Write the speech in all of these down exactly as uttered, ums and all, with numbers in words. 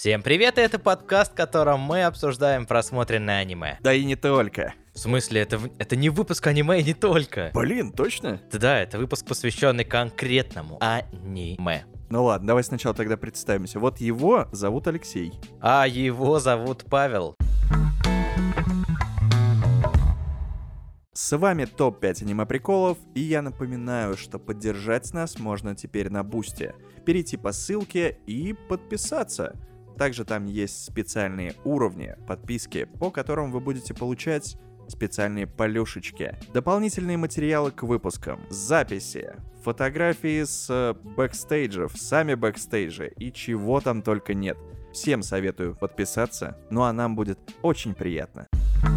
Всем привет, и это подкаст, в котором мы обсуждаем просмотренное аниме. Да и не только. В смысле, это, это не выпуск аниме и не только. Блин, точно? Да, это выпуск, посвященный конкретному аниме. Ну ладно, давай сначала тогда представимся. Вот его зовут Алексей. А его зовут Павел. С вами топ пять аниме-приколов, и я напоминаю, что поддержать нас можно теперь на Бусти. Перейти по ссылке и подписаться. Также там есть специальные уровни подписки, по которым вы будете получать специальные полюшечки, дополнительные материалы к выпускам, записи, фотографии с бэкстейджев, сами бэкстейджи и чего там только нет. Всем советую подписаться, ну а нам будет очень приятно.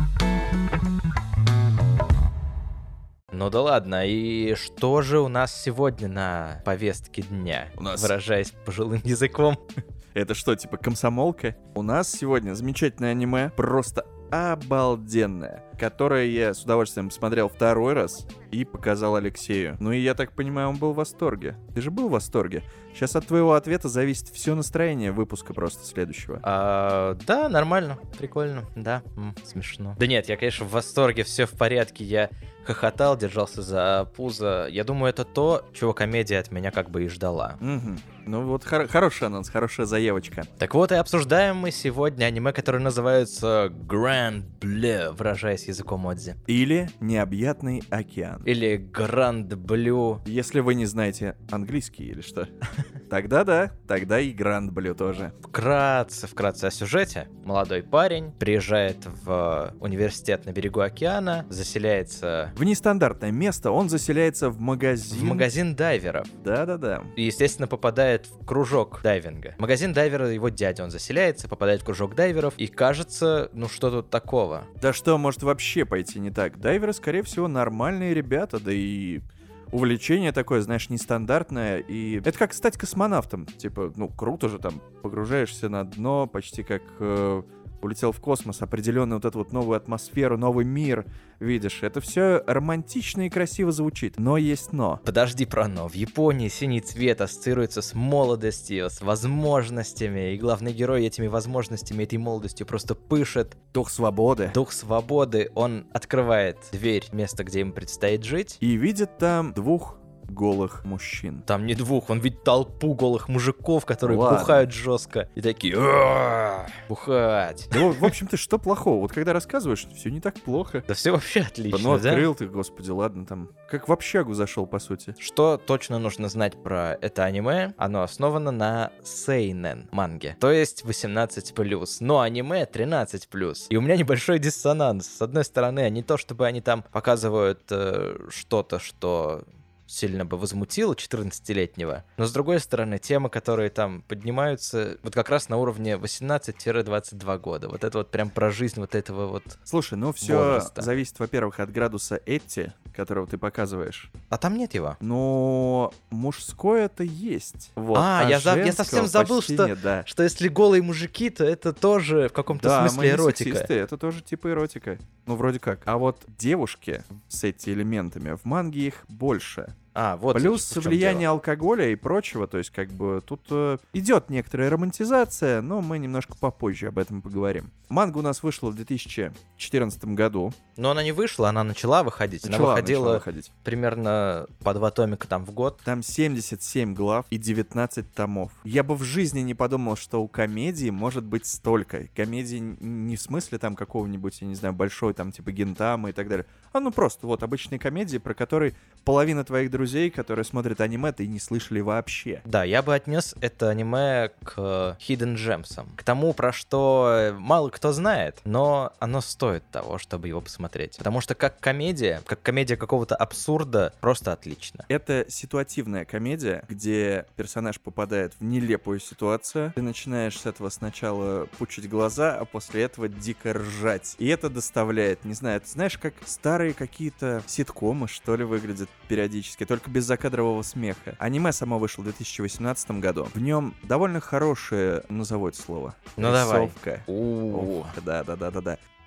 Ну да ладно, и что же у нас сегодня на повестке дня, У нас- выражаясь пожилым языком? Это что, типа комсомолка? У нас сегодня замечательное аниме, просто обалденное, которое я с удовольствием посмотрел второй раз и показал Алексею. Ну и я так понимаю, он был в восторге. Ты же был в восторге? Сейчас от твоего ответа зависит все настроение выпуска просто следующего. А, да, нормально, прикольно, да, м, смешно. Да нет, я, конечно, в восторге, все в порядке, я хохотал, держался за пузо. Я думаю, это то, чего комедия от меня как бы и ждала. Угу. Ну вот хор- хороший анонс, хорошая заявочка. Так вот, и обсуждаем мы сегодня аниме, которое называется Grand Blue, выражаясь языком Одзи. Или «Необъятный океан». Или Grand Blue. Если вы не знаете английский или что, тогда да, тогда и Гранд Блю тоже. Вкратце, вкратце о сюжете. Молодой парень приезжает в университет на берегу океана, заселяется В нестандартное место он заселяется в магазин. в магазин дайверов. Да-да-да. И, естественно, попадает в кружок дайвинга. Магазин дайвера, его дядя, он заселяется, попадает в кружок дайверов, и кажется, ну что тут такого? Да что может вообще пойти не так? Дайверы, скорее всего, нормальные ребята, да и увлечение такое, знаешь, нестандартное. И это как стать космонавтом. Типа, ну, круто же там, погружаешься на дно, почти как э, улетел в космос, определенно вот эту вот новую атмосферу, новый мир видишь. Это все романтично и красиво звучит, но есть но. Подожди про но. В Японии синий цвет ассоциируется с молодостью, с возможностями, и главный герой этими возможностями, этой молодостью просто пышет. Дух свободы. Дух свободы, он открывает дверь, место, где ему предстоит жить. И видит там двух голых мужчин. Там не двух, он видит толпу голых мужиков, которые Ладно. бухают жестко. И такие, «А, бухать. Ну, в общем-то, что плохого? Вот когда рассказываешь, все не так плохо. Да все вообще отлично, Ну, да? открыл ты, господи, ладно, там. Как в общагу зашел, по сути. Что точно нужно знать про это аниме? Оно основано на сейнэн манге, то есть восемнадцать плюс, но аниме тринадцать плюс. И у меня небольшой диссонанс. С одной стороны, не то чтобы они там показывают э, что-то, что сильно бы возмутило четырнадцатилетнего, но с другой стороны, темы, которые там поднимаются, вот как раз на уровне восемнадцать-двадцать два года. Вот это вот прям про жизнь вот этого вот. Слушай, ну все Возраста. зависит, во-первых, от градуса Этти, которого ты показываешь. А там нет его. Но мужское это есть. Вот. А, я за- я женского совсем забыл, почти что- нет, да. Что если голые мужики, то это тоже в каком-то Да, мы смысле не эротика. сексисты, это тоже типа эротика. Ну, вроде как. А вот девушки с этими элементами, в манге их больше. А, вот Плюс в чём влияние дело. алкоголя и прочего, то есть как бы тут э, идет некоторая романтизация, но мы немножко попозже об этом поговорим. Манга у нас вышла в две тысячи четырнадцатом году. Но она не вышла, она начала выходить. Начала, она выходила начала выходить. примерно по два томика там в год. Там семьдесят семь глав и девятнадцать томов. Я бы в жизни не подумал, что у комедии может быть столько. Комедии н- не в смысле там какого-нибудь, я не знаю, большой там типа Гинтама и так далее. А ну просто вот обычные комедии, про которые половина твоих друзей, которые смотрят аниме, ты не слышали вообще. Да, я бы отнес это аниме к Hidden Gems, к тому, про что мало кто знает, но оно стоит того, чтобы его посмотреть. Потому что как комедия, как комедия какого-то абсурда, просто отлично. Это ситуативная комедия, где персонаж попадает в нелепую ситуацию. Ты начинаешь с этого сначала пучить глаза, а после этого дико ржать. И это доставляет, не знаю, ты знаешь, как старые какие-то ситкомы, что ли, выглядят периодически, только без закадрового смеха. Аниме само вышло в две тысячи восемнадцатом году. В нем довольно хорошее, назову это слово, Ну давай. рисовка. У-у-у. Да-да-да-да-да.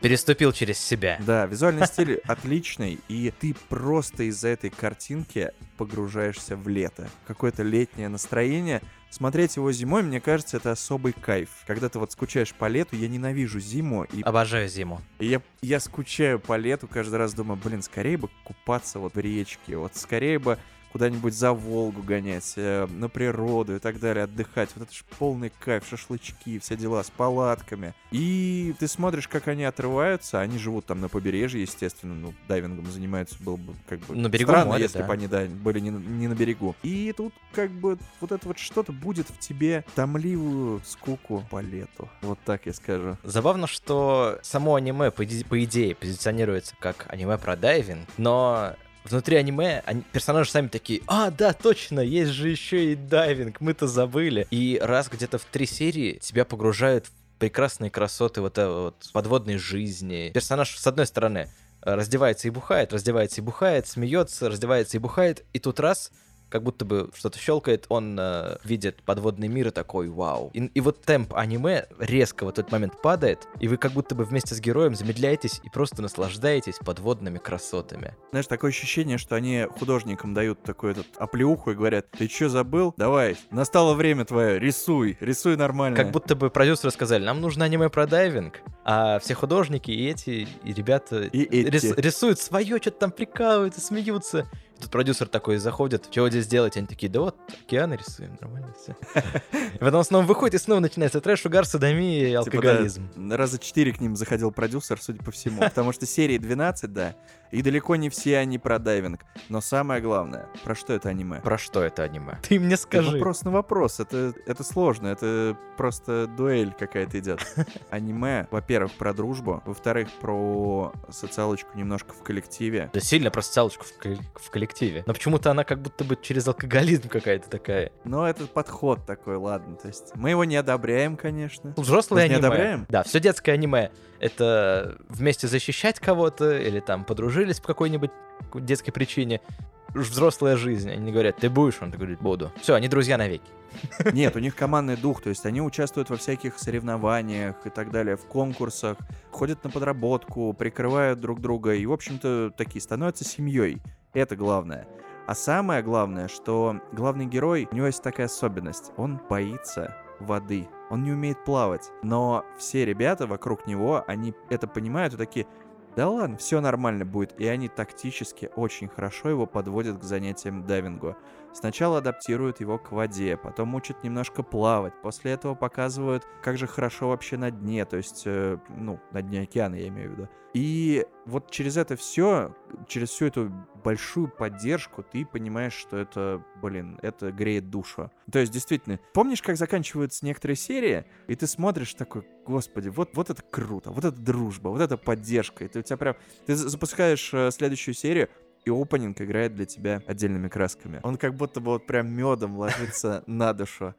Переступил через себя. Да, визуальный стиль отличный, и ты просто из-за этой картинки погружаешься в лето. Какое-то летнее настроение. Смотреть его зимой, мне кажется, это особый кайф. Когда ты вот скучаешь по лету, я ненавижу зиму. И, Обожаю зиму. и я, я скучаю по лету, каждый раз думаю, блин, скорее бы купаться вот в речке, вот скорее бы куда-нибудь за Волгу гонять, э, на природу и так далее, отдыхать. Вот это ж полный кайф, шашлычки, все дела с палатками. И ты смотришь, как они отрываются, они живут там на побережье, естественно, ну, дайвингом занимаются, было бы как бы На берегу странно, моря, если да. бы они, да, были не, на- не на берегу. И тут как бы вот это вот что-то будет в тебе томливую скуку по лету. Вот так я скажу. Забавно, что само аниме, по, иде- по идее, позиционируется как аниме про дайвинг, но внутри аниме они, персонажи сами такие: а, да, точно, есть же еще и дайвинг, мы-то забыли. И раз где-то в три серии тебя погружают в прекрасные красоты вот, этой вот подводной жизни. Персонаж, с одной стороны, раздевается и бухает, раздевается и бухает, смеется, раздевается и бухает, и тут раз... как будто бы что-то щелкает, он э, видит подводный мир и такой: вау. И, и вот темп аниме резко в этот момент падает, и вы как будто бы вместе с героем замедляетесь и просто наслаждаетесь подводными красотами. Знаешь, такое ощущение, что они художникам дают такую этот оплеуху и говорят: ты что, забыл? Давай, настало время твое, рисуй, рисуй нормально. Как будто бы продюсеры сказали: нам нужно аниме про дайвинг, а все художники и эти, и ребята И эти. рис- рисуют свое, что-то там прикалываются, смеются. Тут продюсер такой заходит: чего здесь делать? Они такие: да вот, океаны рисуем, нормально все. И потом снова выходит, и снова начинается трэш, угар, содомия и алкоголизм. Типа, да, раза четыре к ним заходил продюсер, судя по всему. Потому что серии двенадцать, да, и далеко не все они про дайвинг. Но самое главное, про что это аниме? Про что это аниме? Ты мне Это скажи. вопрос на вопрос, это, это сложно, это просто дуэль какая-то идет. Аниме, во-первых, про дружбу, во-вторых, про социалочку немножко в коллективе. Да сильно про социалочку в, кол- в коллективе. Но почему-то она как будто бы через алкоголизм какая-то такая. Но это подход такой, ладно, то есть мы его не одобряем, конечно. Взрослое Мы же не аниме. одобряем? Да, все детское аниме. Это вместе защищать кого-то, или там подружились по какой-нибудь детской причине. Уж взрослая жизнь. Они говорят: ты будешь? Он говорит: буду. Все, они друзья навеки. Нет, у них командный дух, то есть они участвуют во всяких соревнованиях и так далее, в конкурсах, ходят на подработку, прикрывают друг друга и, в общем-то, такие становятся семьей. Это главное. А самое главное, что главный герой, у него есть такая особенность. Он боится воды. Он не умеет плавать. Но все ребята вокруг него, они это понимают и такие: да ладно, все нормально будет. И они тактически очень хорошо его подводят к занятиям дайвингу. Сначала адаптируют его к воде, потом учат немножко плавать. После этого показывают, как же хорошо вообще на дне, то есть, э, ну, на дне океана я имею в виду. И вот через это все, через всю эту большую поддержку ты понимаешь, что это, блин, это греет душу. То есть, действительно, помнишь, как заканчиваются некоторые серии, и ты смотришь такой: господи, вот, вот это круто, вот это дружба, вот это поддержка. И ты у тебя прям, ты запускаешь э, следующую серию, и опенинг играет для тебя отдельными красками. Он как будто бы вот прям медом ложится на душу.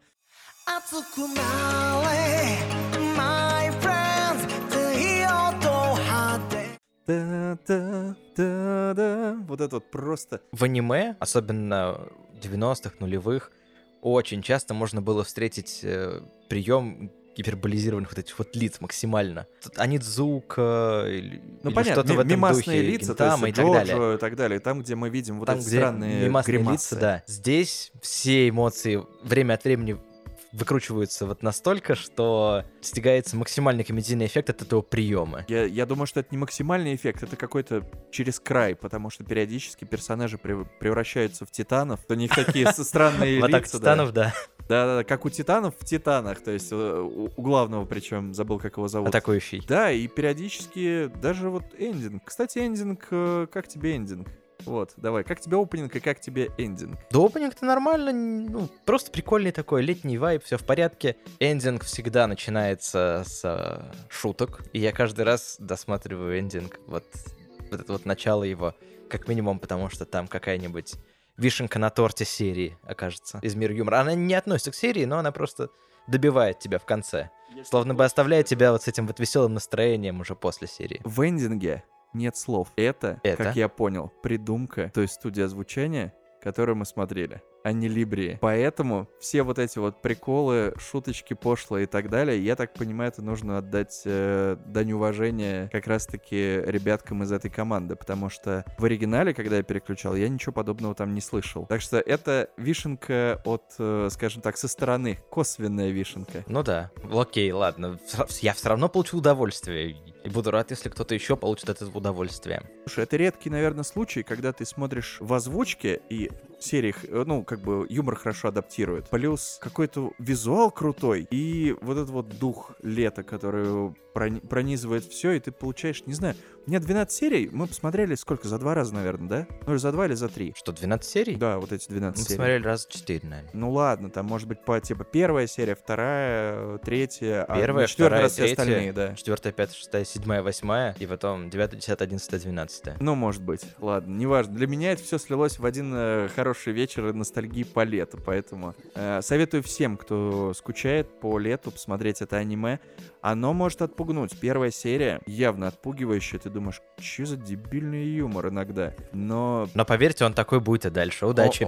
Та-та-та-та. Вот это вот просто... В аниме, особенно девяностых, нулевых, очень часто можно было встретить э, прием гиперболизированных вот этих вот лиц максимально. Тут Анидзука или, Ну, или понятно, что-то в этом мимасные духе, лица, то есть Гинтама и так далее. Джоджо и так далее. Там, где мы видим вот Там, эти где странные мимасные гримасы. лица, да. Здесь все эмоции время от времени выкручиваются вот настолько, что достигается максимальный комедийный эффект от этого приема. Я, я думаю, что это не максимальный эффект, это какой-то через край, потому что периодически персонажи прев- превращаются в титанов. У них такие странные Вот так лица. титанов, да. Да-да-да, как у титанов в титанах, то есть у у главного, причем забыл, как его зовут. Атакующий. Да, и периодически даже вот эндинг. Кстати, эндинг, э, как тебе эндинг? Вот, давай, как тебе опенинг и как тебе эндинг? Да, опенинг-то нормально, ну, просто прикольный такой, летний вайб, все в порядке. Эндинг всегда начинается с э, шуток, и я каждый раз досматриваю эндинг, вот, вот это вот начало его, как минимум, потому что там какая-нибудь вишенка на торте серии окажется из мира юмора. Она не относится к серии, но она просто добивает тебя в конце. Словно бы оставляет тебя вот с этим вот веселым настроением уже после серии. В эндинге нет слов. Это, Это? как я понял, придумка той студии озвучания, которую мы смотрели. а не Libri. Поэтому все вот эти вот приколы, шуточки пошлые и так далее, я так понимаю, это нужно отдать э, дань уважения как раз-таки ребяткам из этой команды, потому что в оригинале, когда я переключал, я ничего подобного там не слышал. Так что это вишенка от, э, скажем так, со стороны, косвенная вишенка. Ну да. Окей, ладно. Я все равно получу удовольствие. И буду рад, если кто-то еще получит от этого удовольствие. Слушай, это редкий, наверное, случай, когда ты смотришь в озвучке и в сериях, ну, как бы юмор хорошо адаптирует. Плюс какой-то визуал крутой и вот этот вот дух лета, который прони- пронизывает все, и ты получаешь, не знаю, у меня двенадцать серий, мы посмотрели сколько, за два раза, наверное, да? Ну, или за два, или за три. Что, двенадцать серий? Да, вот эти двенадцать Мы серий. посмотрели раза четыре, наверное. Ну ладно, там может быть по типа первая серия, вторая, третья, Первая, а четвертая вторая, раз все третья, остальные, да. четвертая, пятая, шестая, седьмая, восьмая, и потом девятая, десятая, одиннадцатая, двенадцатая. Ну, может быть. Ладно, неважно. Для меня это все слилось в один э, хороший вечер ностальгии по лету, поэтому э, советую всем, кто скучает по лету, посмотреть это аниме. Оно может отпугнуть. Первая серия явно отпугивающая. Ты думаешь, что за дебильный юмор иногда. Но... Но поверьте, он такой будет и дальше. Удачи.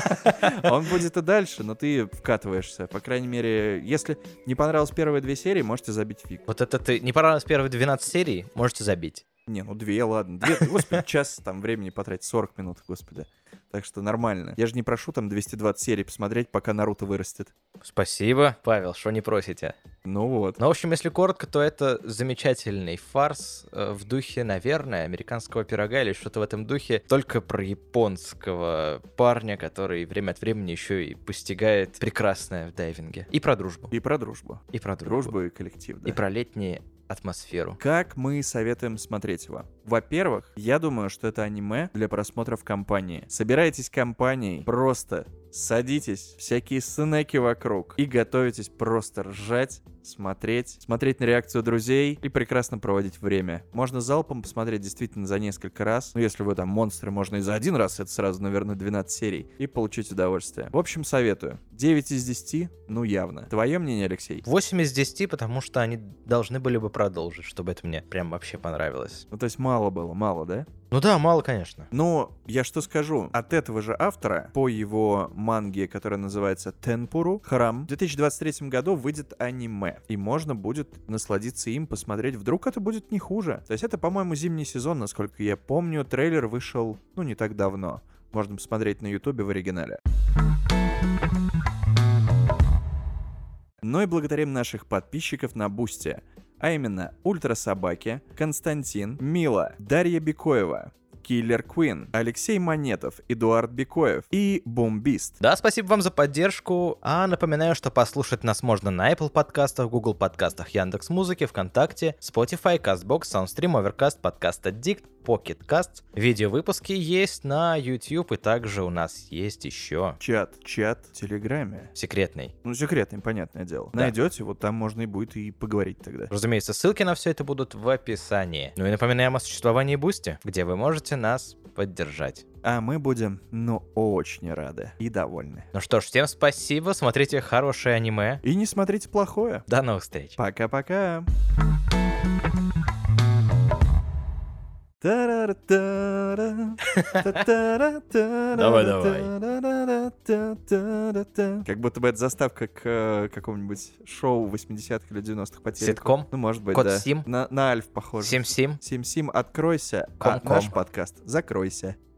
Он будет и дальше, но ты вкатываешься. По крайней мере, если не понравилось первые две серии, можете забить фиг. Вот это ты... Не понравилось первые двенадцать серий, можете забить. Не, ну две, ладно. Две, господи, час там времени потратить, сорок минут, господи. Так что нормально. Я же не прошу там двести двадцать серий посмотреть, пока Наруто вырастет. Спасибо, Павел, что не просите. Ну вот. Ну, в общем, если коротко, то это замечательный фарс э, в духе, наверное, американского пирога или что-то в этом духе, только про японского парня, который время от времени еще и постигает прекрасное в дайвинге. И про дружбу. И про дружбу. И про дружбу. Дружбу и коллектив, да. И про летние атмосферу. Как мы советуем смотреть его? Во-первых, я думаю, что это аниме для просмотра в компании. Собирайтесь компанией, просто садитесь, всякие снеки вокруг и готовитесь просто ржать, смотреть, смотреть на реакцию друзей и прекрасно проводить время. Можно залпом посмотреть действительно за несколько раз. Ну, если вы там монстры, можно и за один раз, это сразу, наверное, двенадцать серий, и получить удовольствие. В общем, советую. девять из десяти, ну явно. Твое мнение, Алексей? восемь из десяти, потому что они должны были бы продолжить, чтобы это мне прям вообще понравилось. Ну, то есть мало было, мало, да? Ну да, мало, конечно. Но я что скажу, от этого же автора, по его манге, которая называется Тенпуру, Храм, в две тысячи двадцать третьем году выйдет аниме. И можно будет насладиться им, посмотреть, вдруг это будет не хуже. То есть это, по-моему, зимний сезон, насколько я помню. Трейлер вышел, ну, не так давно. Можно посмотреть на ютубе в оригинале. Ну и благодарим наших подписчиков на Бусти. А именно Ультра Собаки, Константин, Мила, Дарья Бекоева, Киллер Квин, Алексей Монетов, Эдуард Бекоев и Бомбист. Да, спасибо вам за поддержку. А напоминаю, что послушать нас можно на Apple подкастах, Google подкастах, Яндекс.Музыке, ВКонтакте, Spotify, CastBox, SoundStream, Overcast, Подкаст Addict, Pocket Cast. Видеовыпуски есть на YouTube, и также у нас есть еще Чат, чат в Телеграме. секретный. Ну, секретный, понятное дело. Да. Найдете, вот там можно и будет и поговорить тогда. Разумеется, ссылки на все это будут в описании. Ну и напоминаем о существовании Бусти, где вы можете нас поддержать. А мы будем, ну, очень рады и довольны. Ну что ж, всем спасибо, смотрите хорошее аниме. И не смотрите плохое. До новых встреч. Пока-пока. Давай, давай. Как будто бы это заставка к э, какому-нибудь шоу восьмидесятых или девяностых по телеку. Ситком? Ну, может быть, Кот да. Сим? На, на Альф похоже. Сим-сим. Сим-Сим, откройся, а Ком-ком. наш подкаст закройся.